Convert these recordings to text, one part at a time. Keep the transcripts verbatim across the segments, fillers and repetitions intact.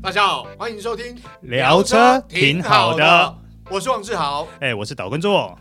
大家好，欢迎收听聊车挺好的， 我是王志豪， 哎、欸，我是岛根座。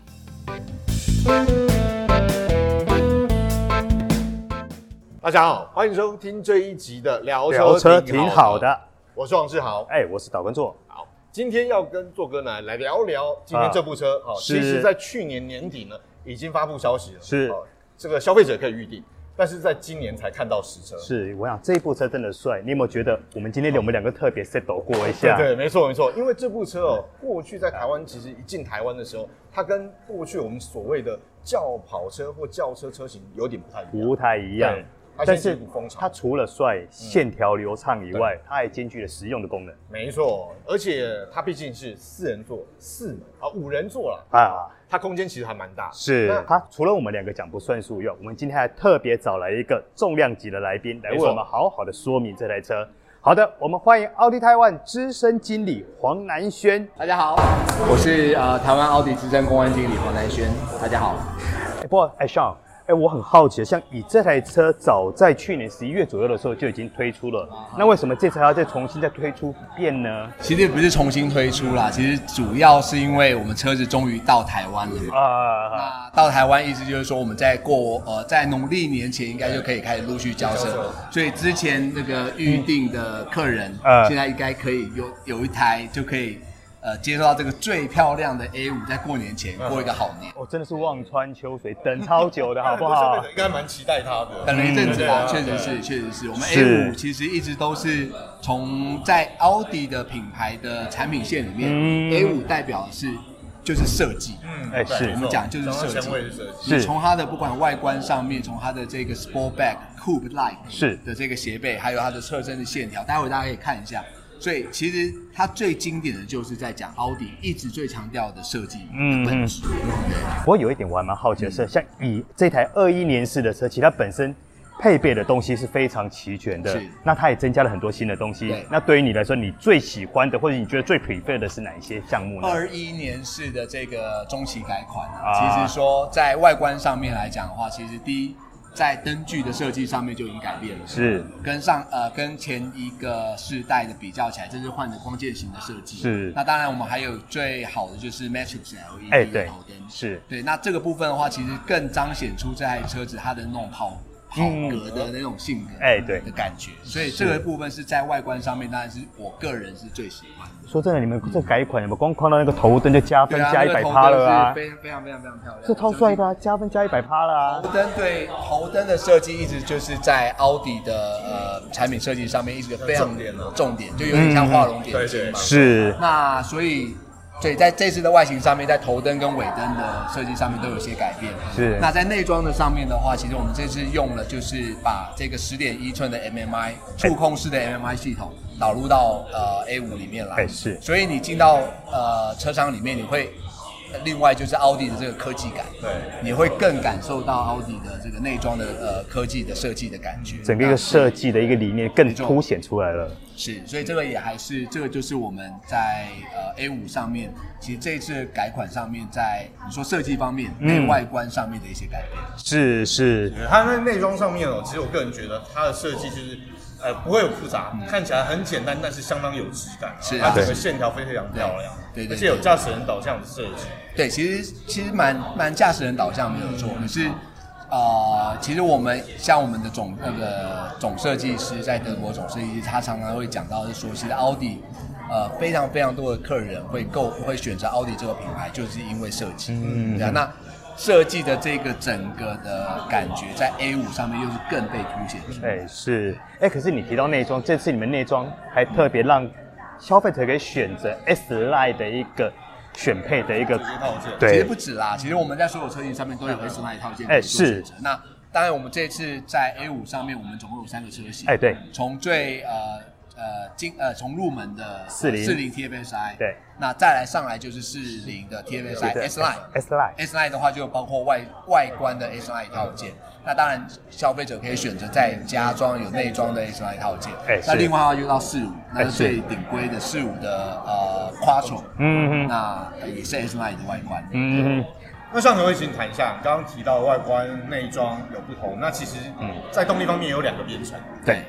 大家好，欢迎收听这一集的聊车聊车挺好的， 我是王志豪， 哎、欸，我是岛根座。 好，今天要跟座哥呢来聊聊今天这部车，好、啊，其实在去年年底呢已经发布消息了， 是、 哦、这个消费者可以预定。但是在今年才看到实车， 是我想这一部车真的帅。你有没有觉得我们今天我们两个特别 set 过一下？ 对对，没错没错。因为这部车哦，过去在台湾其实一进台湾的时候，它跟过去我们所谓的轿跑车或轿车车型有点不太一样， 不太一样。 但是它除了帅、线条流畅以外，它还兼具了实用的功能。 没错，而且它毕竟是四人座、四门啊五人座啦啊。 它空间其实还蛮大， 是它除了我们两个讲不算数以外，我们今天还特别找来一个重量级的来宾来为我们好好的说明这台车。好的，我们欢迎奥迪台湾资深经理黄南轩。 大家好，我是呃台湾奥迪资深公关经理黄南轩。大家好。 哎，不过哎 Sean。哎，我很好奇，像以这台车早在去年十一月左右的时候就已经推出了，啊、那为什么这次还要再重新再推出一遍呢？ 其实也不是重新推出啦，其实主要是因为我们车子终于到台湾了啊。那到台湾意思就是说我们在过呃在农历年前应该就可以开始陆续交车，所以之前那个预定的客人，嗯、现在应该可以有有一台就可以。呃，接受到这个最漂亮的 A 五，在过年前过一个好年， 我、哦、真的是望穿秋水，等超久的好不好？ 应该蛮期待它的， 等了一阵子啦，确、嗯、实是，确实是。我们 A 五其实一直都是从在奥迪的品牌的产品线里面、嗯、，A 五代表的是就是设计， 嗯， 哎、欸、是， 我们讲就是设计， 是从它的不管外观上面，从它的这个 Sportback、Coupe Like 是的这个斜背，还有它的侧身的线条，待会大家可以看一下。所以其实它最经典的就是在讲奥迪一直最强调的设计的本质。嗯嗯、 不过有一点我还蛮好奇的是，嗯、像以这台二一年式的车，其实它本身配备的东西是非常齐全的。是。那它也增加了很多新的东西。对。那对于你来说，你最喜欢的或者你觉得最 prefer 的是哪一些项目呢？ 二一年式的这个中期改款啊，啊其实说在外观上面来讲的话，其实第一。在灯具的设计上面就已经改变了， 是跟上呃跟前一个世代的比较起来，这是换的光剑型的设计。 是， 那当然我们还有最好的就是 Matrix L E D 的头灯， 是对。那这个部分的话，其实更彰显出这台车子它的那种跑跑格的那种性格， 哎、嗯、对的感觉。所以这个部分是在外观上面，当然是我个人是最喜欢的。 说真的，你们这改款有没有光看到那个头灯就加分加一百趴了啊？ 非常非常非常非常漂亮， 这超帅的啊，加分加一百趴了啊！ 头灯对头灯的设计一直就是在奥迪的呃产品设计上面一直非常重点，就有点像画龙点睛嘛。 是。 那所以。所以在这次的外形上面，在头灯跟尾灯的设计上面都有些改变。 是。 那在内装的上面的话，其实我们这次用了就是把这个 十点一 寸的 M M I 触控式的 M M I 系统导入到呃 A 五 里面来。 哎是。 所以你进到呃车厂里面，你会另外就是奥迪的这个科技感， 对， 你会更感受到奥迪的这个内装的呃科技的设计的感觉。 整个一个设计的一个理念更凸显出来了。 是，所以这个也还是这个就是我们在呃 A 五 上面，其实这一次改款上面，在你说设计方面、内、嗯、外观上面的一些改变。 是是， 它在内装上面哦，其实我个人觉得它的设计就是呃不会有复杂、嗯，看起来很简单，但是相当有质感。 是、 啊，它整个线条非常漂亮， 对 对, 对, 对, 对， 而且有驾驶人导向的设计。 对，其实其实蛮蛮驾驶人导向没有错，可是。呃，其实我们像我们的总那个总设计师在德国总设计师，他常常会讲到是说，其实奥迪呃非常非常多的客人会购会选择奥迪这个品牌，就是因为设计。嗯，对啊，那设计的这个整个的感觉，在 A 五 上面又是更被凸显出来。 哎，是，哎，可是你提到内装，这次你们内装还特别让消费者可以选择 S Line 的一个。选配的一个套件， 对， 其实不止啦，其实我们在所有车型上面都有 S Line 套件可以做选择。那当然，我们这次在 A 五 上面，我们总共有三个车型， 哎，对， 从最呃呃经呃从入门的四零四零 T F S I， 对， 那再来上来就是四零的 T F S I S Line S Line S Line 的话就包括外外观的 S Line 套件。那当然，消费者可以选择再加装有内装的 S Line 套件。 哎， 那另外的话就到四五，那是最顶规的四五的呃 Quattro， 嗯哼，那也是 S Line 的外观。 嗯哼。那上头会请谈一下，刚刚提到的外观内装有不同，那其实，在动力方面有两个编程。 对。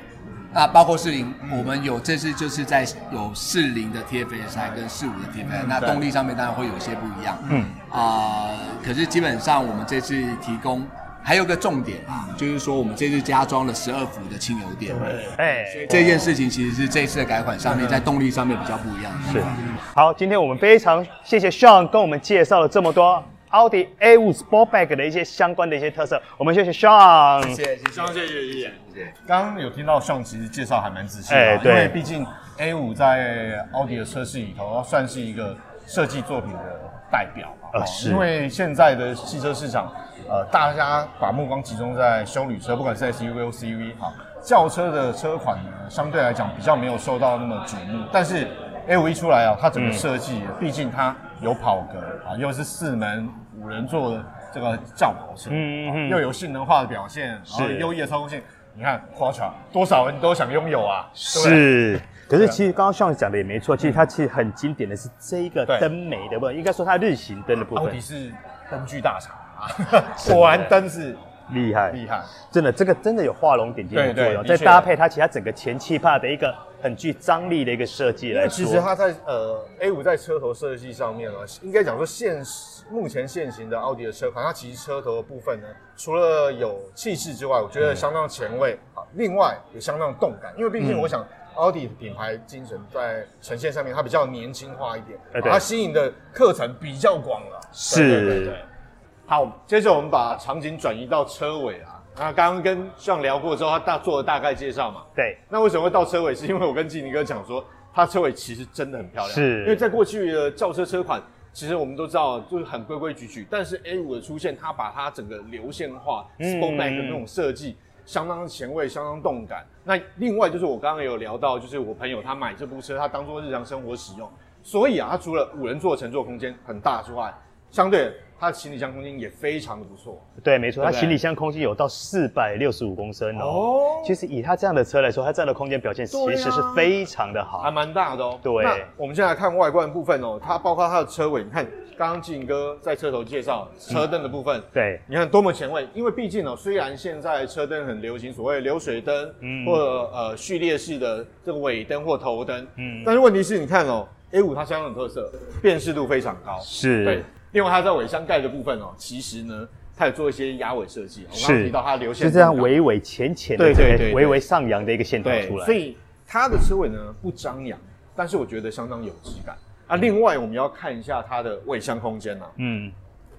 那包括四零，我们有这次就是在有四零的 T F S I 跟四五的 T F S I， 那动力上面当然会有些不一样。嗯啊、呃，可是基本上我们这次提供还有个重点啊，就是说我们这次加装了十二伏的轻油电。哎，所以这件事情其实是这次的改款上面在动力上面比较不一样的。 是。好，今天我们非常谢谢 Sean 跟我们介绍了这么多奥迪 A 五 Sportback 的一些相关的一些特色，我们谢谢 Sean， 谢谢，谢谢， 谢谢，谢谢，谢谢。刚刚有听到 Sean 其实介绍还蛮仔细的、 哎，对， 因为毕竟 A 五在奥迪的车系里头算是一个设计作品的代表嘛。 呃，是。 因为现在的汽车市场，呃，大家把目光集中在休旅车，不管是 S U V 或 C U V， 好，轿车的车款呢，相对来讲比较没有受到那么瞩目，但是 A 五一出来啊，它整个设计，嗯、毕竟它有跑格啊，又是四门五人座的这个轿跑车，嗯嗯，又有性能化的表现，然后优异的操控性，你看 Quattro 多少人都想拥有啊， 是。可是其实刚刚Sean讲的也没错，其实它其实很经典的是这一个灯眉的部分，应该说它日行灯的部分。 奥迪是灯具大厂啊，果然灯是。 厉害， 厉害， 真的，这个真的有画龙点睛的作用。再搭配它其他整个前气坝的一个很具张力的一个设计来说， 其实它在呃 A 五在车头设计上面呢，应该讲说现目前现行的奥迪的车款，它其实车头的部分呢，除了有气势之外，我觉得相当前卫啊，另外也相当动感，因为毕竟我想。奥迪品牌精神在呈现上面，它比较年轻化一点，欸、它吸引的客层比较广了。 是， 对对对对。好，接着我们把场景转移到车尾啊。那刚刚跟Sean聊过之后，他大做了大概介绍嘛。 对。 那为什么会到车尾？是因为我跟季尼哥讲说，它车尾其实真的很漂亮。 是。 因为在过去的轿车车款，其实我们都知道就是很规规矩矩，但是 A 五的出现，它把它整个流线化、嗯、Sportback 的那种设计。相当前卫，相当动感。那另外就是我刚刚有聊到，就是我朋友他买这部车，他当做日常生活使用，所以啊，它除了五人座乘坐空间很大之外，相对它的行李箱空间也非常的不错。 对，没错，它行李箱空间有到四百六十五公升哦。哦，其实以它这样的车来说，它这样的空间表现其实是非常的好， 还蛮大的哦。 对， 那我们现在来看外观的部分哦，它包括它的车尾，你看刚刚季哥在车头介绍车灯的部分，嗯、 对， 你看多么前卫。因为毕竟哦，虽然现在车灯很流行所谓流水灯，嗯，或者呃序列式的这个尾灯或头灯，嗯，但是问题是你看哦 ，A 五它相当有特色，辨识度非常高， 是， 对。另外它在尾箱盖的部分哦，其实呢。它有做一些压尾设计，我刚刚提到它流线是这样微微浅浅的， 对对对， 微微上扬的一个线条出来， 所以它的车尾呢不张扬，但是我觉得相当有质感。啊，另外我们要看一下它的尾箱空间啊，嗯，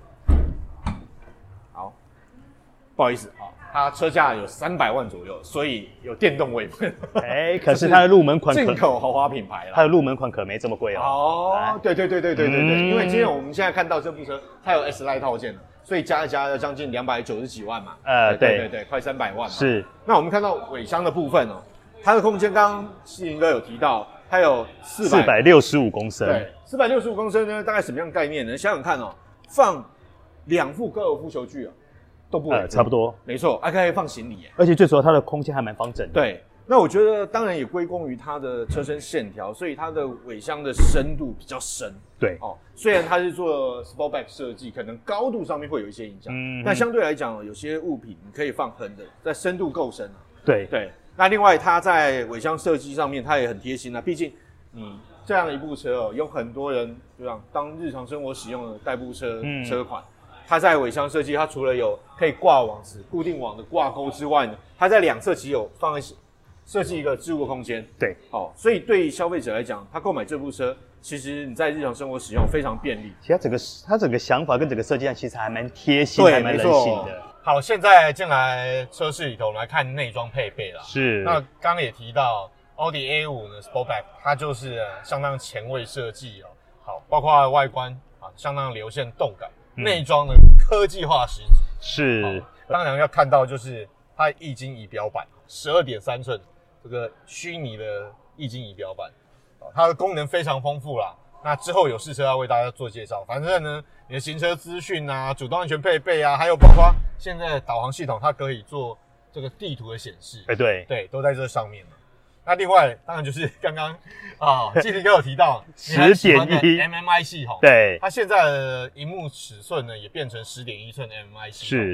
好，不好意思啊，它车价有三百万左右，所以有电动尾门， 哎，可是它的入门款进口豪华品牌啦， 它的入门款可没这么贵哦。 哦，对对对对对对对，嗯、因为今天我们现在看到这部车，它有 S Line 套件了。所以加一加要将近两百九十几万嘛， 呃，对对对，快三百万嘛。 是。 那我们看到尾箱的部分哦，它的空间刚刚西林哥有提到，它有四百六十五公升。 对，四百六十五公升呢，大概什么样的概念呢？想想看哦，放两副高尔夫球具啊，都不为过、 呃、差不多。 没错，还可以放行李耶。 而且最主要它的空间还蛮方整的。 对。那我觉得当然也归功于它的车身线条，所以它的尾箱的深度比较深。 对哦，虽然它是做 Sportback 设计，可能高度上面会有一些影响，嗯，但相对来讲，有些物品你可以放横的，在深度够深啊。 对对。那另外它在尾箱设计上面，它也很贴心啊，毕竟你这样一部车哦，有很多人就像当日常生活使用的代步车、嗯、车款。它在尾箱设计，它除了有可以挂网子、固定网的挂钩之外呢，它在两侧其实有放一些。设计一个置物空间， 对， 好、哦，所以对消费者来讲，他购买这部车，其实你在日常生活使用非常便利。 其实它整个它整个想法跟整个设计上，其实还蛮贴心，还蛮人性的。 好，现在进来车室里头来看内装配备啦。 是。 那刚刚也提到，奥迪 A 五 呢 Sportback， 它就是相当前卫设计哦。好，包括它的外观啊，相当流线动感，嗯、内装呢科技化十足。 是。 当然要看到就是它液晶仪表板，十二点三寸。这个虚拟的液晶仪表板，它的功能非常丰富啦。那之后有试车要为大家做介绍。反正呢，你的行车资讯啊、主动安全配备啊，还有包括现在的导航系统，它可以做这个地图的显示。 哎、欸，对对，都在这上面了。那另外当然就是刚刚啊，季林哥有提到十点一 M M I 系统， 对， 它现在的萤幕尺寸呢也变成十点一寸 M M I 系统。 是。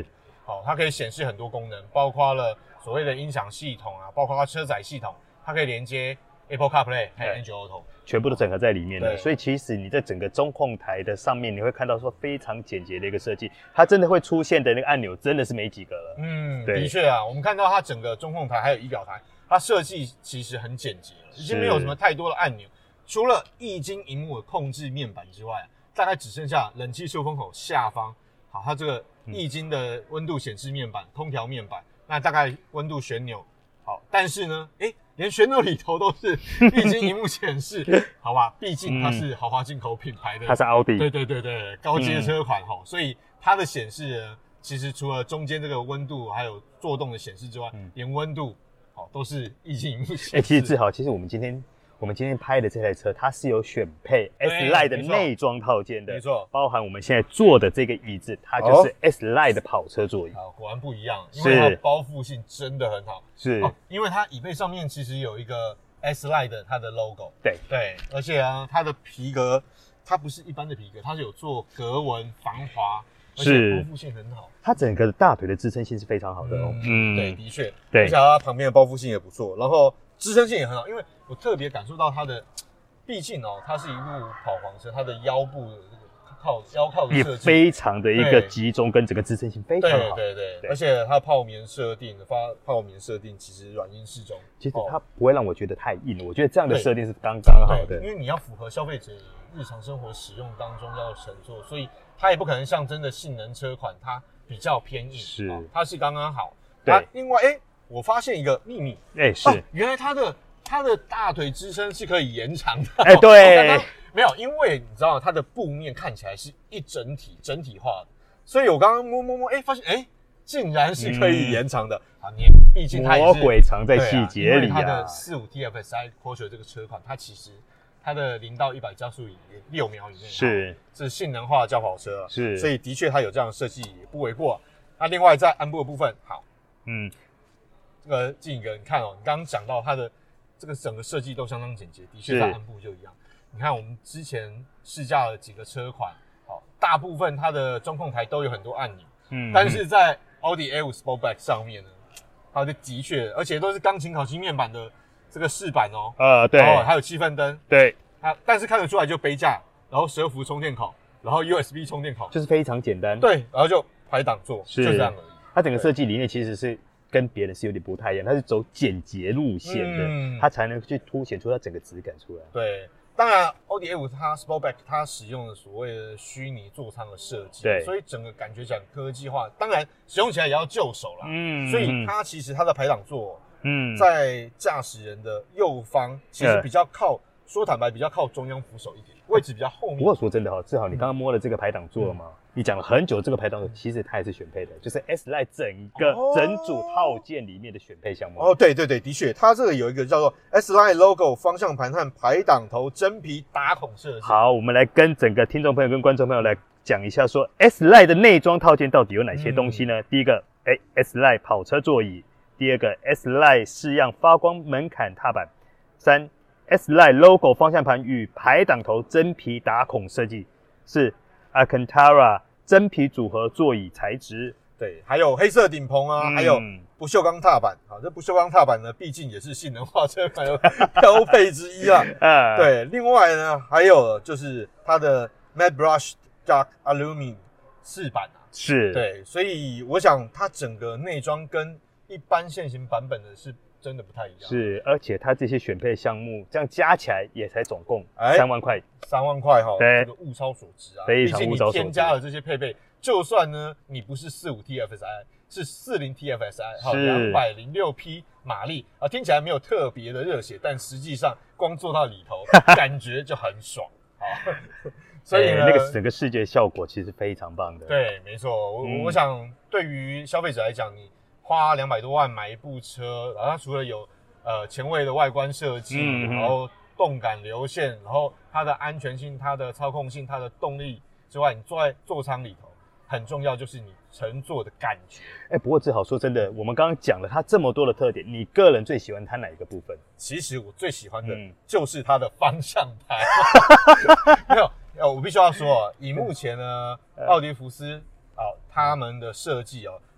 好，它可以显示很多功能，包括了所谓的音响系统啊，包括它车载系统，它可以连接 Apple CarPlay 还有 Android Auto， 全部都整合在里面的。所以其实你在整个中控台的上面，你会看到说非常简洁的一个设计，它真的会出现的那个按钮真的是没几个了。 嗯，的确啊，我们看到它整个中控台还有仪表台，它设计其实很简洁，已经没有什么太多的按钮，除了液晶萤幕的控制面板之外，大概只剩下冷气出风口下方，好，它这个液晶的温度显示面板、空调面板，那大概温度旋钮，好，但是呢，哎、欸，连旋钮里头都是液晶萤幕显示，好吧，毕竟它是豪华进口品牌的， 它是奥迪， 对对对对，高阶车款哈、嗯，所以它的显示呢，其实除了中间这个温度还有作动的显示之外，嗯、连温度好都是液晶萤幕显示。 哎、欸，其实志豪，其实我们今天。我们今天拍的这台车，它是有选配 S-Line 的内装套件的， 没错， 包含我们现在坐的这个椅子，它就是 S-Line 的跑车座椅。 好，果然不一样，因为它包覆性真的很好。 是、 哦，因为它椅背上面其实有一个 S-Line 的它的 logo。 对对，而且啊，它的皮革它不是一般的皮革，它是有做格纹防滑，而且包覆性很好。 它整个大腿的支撑性是非常好的哦。 嗯，对，的确， 对， 而且它旁边的包覆性也不错，然后支撑性也很好，因为我特别感受到它的，毕竟哦，它是一部跑房车，它的腰部的这个靠腰靠的设计也非常的一个集中，跟整个支撑性非常好。 对对 对, 对，而且它泡棉设定，发泡棉设定其实软硬适中。 其实它不会让我觉得太硬，我觉得这样的设定是刚刚好的。 因为你要符合消费者日常生活使用当中要乘坐，所以它也不可能像真的性能车款，它比较偏硬， 是、 哦、它是刚刚好。 对， 另外，哎、欸，我发现一个秘密， 哎、欸，是、 哦，原来它的。它的大腿支撑是可以延长的， 哎、欸，对， 刚刚没有，因为你知道它的布面看起来是一整体整体化的，所以我刚刚摸摸摸，哎、欸，发现哎、欸，竟然是可以延长的、嗯、啊！你毕竟它也是魔鬼藏在细节里啊。 它的四五 T F S I Porsche 这个车款，它其实它的零到一百加速也六秒以内， 是是性能化的轿跑车， 是， 所以的确它有这样的设计也不为过。那另外在鞍部的部分，好，嗯，这个静哥，你看哦，你刚刚讲到它的。这个整个设计都相当简洁，的确在鞍部就一样。你看我们之前试驾了几个车款，好，大部分它的中控台都有很多按钮，嗯，但是在奥迪 A 五 Sportback 上面呢，它的的确，而且都是钢琴烤漆面板的这个饰板哦， 呃，对， 然后还有气氛灯， 对， 它但是看得出来就杯架，然后蛇伏充电口，然后 U S B 充电口， 就是非常简单， 对，然后就排档座，就这样而已。 它整个设计理念其实是。跟别人是有点不太一样，它是走简洁路线的，嗯、它才能去凸显出它整个质感出来。 对，当然奥迪 A 五 它 Sportback 它使用了所谓的虚拟座舱的设计， 对， 所以整个感觉讲科技化，当然使用起来也要就手啦。嗯，所以它其实它的排档座，嗯，在驾驶人的右方，其实比较靠，嗯、说坦白比较靠中央扶手一点，位置比较后面。 不过说真的哈，志豪，你刚刚摸了这个排档座嘛？嗯你讲了很久，这个排档座其实它也是选配的，就是 S-Line 整个、哦、整组套件里面的选配项目。 哦，对对对，的确，它这个有一个叫做 S-Line logo 方向盘和排档头真皮打孔设计。 好，我们来跟整个听众朋友跟观众朋友来讲一下，说 S-Line 的内装套件到底有哪些东西呢？嗯、第一个，哎 ，S-Line 跑车座椅；第二个 ，S-Line 式样发光门槛踏板；三 ，S-Line logo 方向盘与排档头真皮打孔设计；四 ，Alcantara 真皮组合座椅材质， 对，还有黑色顶棚啊，嗯、还有不锈钢踏板。好，这不锈钢踏板呢，毕竟也是性能化车款的标配之一啦。啊，对，另外呢，还有就是它的 Matte Brush Dark Aluminum 饰板啊， 是， 对，所以我想它整个内装跟一般现行版本的是真的不太一样。 是，而且它这些选配项目这样加起来也才总共三万块， 三万块哈， 对， 这个物超所值啊， 非常物超所值。 添加了这些配备，就算呢你不是四五 T F S I， 是四零 T F S I， 好，两百零六匹马力啊，听起来没有特别的热血，但实际上光坐到里头，感觉就很爽。好， 所以呢、欸，那个整个视觉效果其实非常棒的。 对，没错，我、嗯、我想对于消费者来讲，你花两百多万买一部车，然后它除了有呃前卫的外观设计，嗯、然后动感流线，然后它的安全性、它的操控性、它的动力之外，你坐在座舱里头，很重要就是你乘坐的感觉。 哎、欸，不过志豪说真的，我们刚刚讲了它这么多的特点，你个人最喜欢它哪一个部分？ 其实我最喜欢的就是它的方向盘。没有，我必须要说，以目前呢，奥迪福斯啊、哦、他们的设计哦。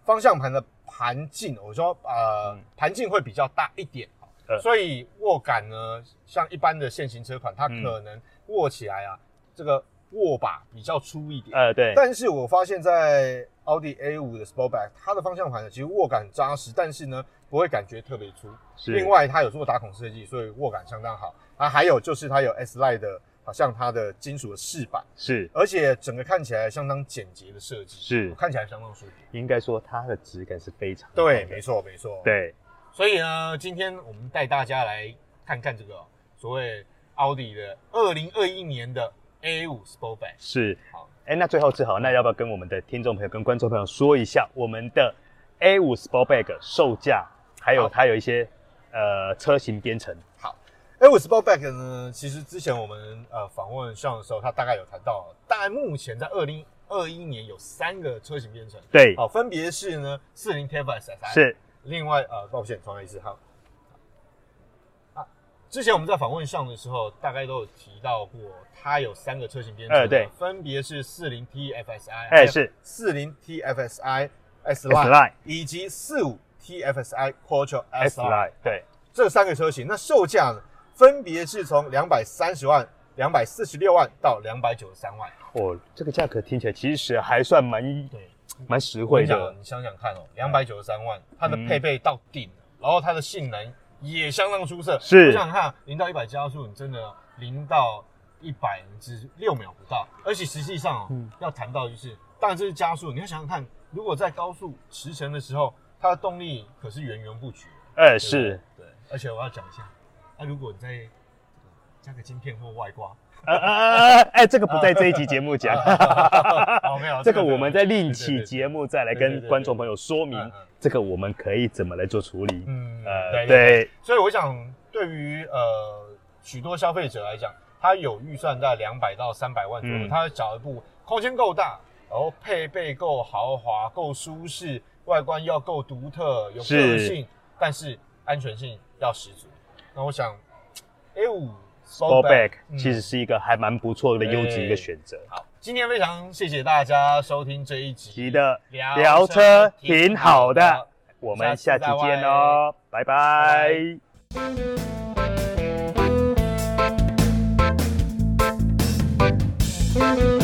方向盘的盘径，我说呃盘径会比较大一点。呃、所以握感呢，像一般的现行车款，它可能握起来啊，嗯、这个握把比较粗一点。 呃，对。 但是我发现，在奥迪 A 五 的 Sportback， 它的方向盘呢，其实握感扎实，但是呢，不会感觉特别粗。另外，它有做打孔设计，所以握感相当好。啊，还有就是它有 S-Line 的，好像它的金属的饰板， 是， 而且整个看起来相当简洁的设计， 是， 看起来相当舒服。 应该说它的质感是非常好的。 对，没错，没错。 对。 所以呢，今天我们带大家来看看这个所谓奥迪的二零二一年的 A 五 Sportback。 是，好，哎，那最后志豪，那要不要跟我们的听众朋友、跟观众朋友说一下我们的 A 五 Sportback 售价，还有它有一些呃车型编程？ 好 ，A 五 Sportback 呢，其实之前我们呃访问上的时候，他大概有谈到，大概目前在二零二一年有三个车型编程， 对， 好，分别是呢四零 T F S I 是。 另外，呃，抱歉，重来一次，好。啊，之前我们在访问上的时候，大概都有提到过，它有三个车型编程， 呃，对， 分别是四零 T F S I， 哎，是四零 T F S I S-Line， 以及四五 T F S I Quattro S-Line， 对， 这三个车型，那售价呢，分别是从两百三十万、两百四十六万到两百九十三万。 哦，这个价格听起来其实还算蛮对。蛮实惠的， 你想想看哦，两百九十三万，它的配备到顶了，嗯、然后它的性能也相当出色。 是， 我想想看，零到一百加速，你真的零到一百只六秒不到，而且实际上哦，嗯、要谈到就是，当然这是加速，你要想想看，如果在高速驰骋的时候，它的动力可是源源不绝。 哎、欸，是， 对，而且我要讲一下，那、啊、如果你再加个晶片或外挂。 呃呃呃，哎，这个不在这一集节目讲， 哦，没有， 这个我们在另起节目再来跟观众朋友说明，这个我们可以怎么来做处理。 嗯，呃，对，所以我想，对于呃许多消费者来讲，他有预算在两百到三百万左右，他找一部空间够大，然后配备够豪华、够舒适，外观要够独特、有个性，但是安全性要十足。那我想 A 五。 Sportback、嗯、其实是一个还蛮不错的优质一个选择。 好，今天非常谢谢大家收听这一集的聊车挺好的，我们下期见哦，拜拜。拜拜。